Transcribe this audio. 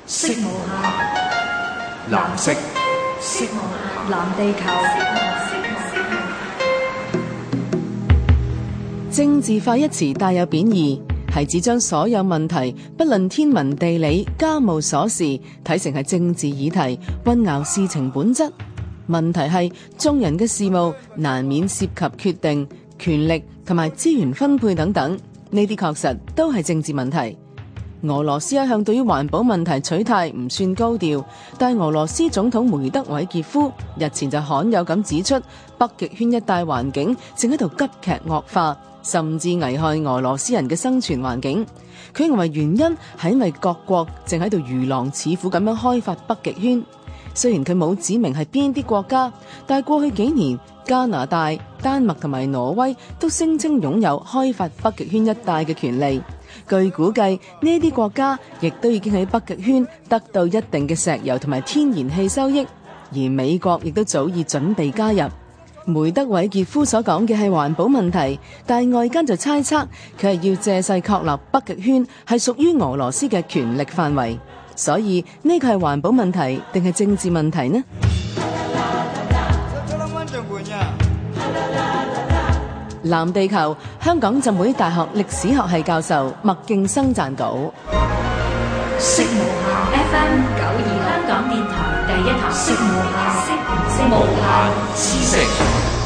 色無限，藍色，色無限，藍地球。 政治化一詞帶有貶義，係指將所有問題，不論天文地理、家務瑣事，睇成係政治議題，混淆事情本質。問題係眾人嘅事務難免涉及決定、權力同埋資源分配等等，呢啲確實都係政治問題。俄羅斯一向對於環保問題取態唔算高調，但俄羅斯總統梅德韋傑夫日前就罕有咁指出，北極圈一帶環境正喺度急劇惡化，甚至危害俄羅斯人嘅生存環境。佢認為原因係因為各國正喺度如狼似虎咁樣開發北極圈。雖然佢冇指明係邊啲國家，但係過去幾年加拿大、丹麥同埋挪威都聲稱擁有開發北極圈一帶嘅權利。據估計，呢啲國家亦都已經喺北極圈得到一定嘅石油同埋天然氣收益，而美國亦都早已準備加入。梅德韋傑夫所講嘅係環保問題，但係外間就猜測佢係要借勢確立北極圈係屬於俄羅斯嘅權力範圍。所以呢個係環保問題定係政治問題呢？藍地球，香港浸會大學歷史學系教授麥勁生撰稿。 色無限 FM 92，香港電台第一台。色無限，色無限，知識。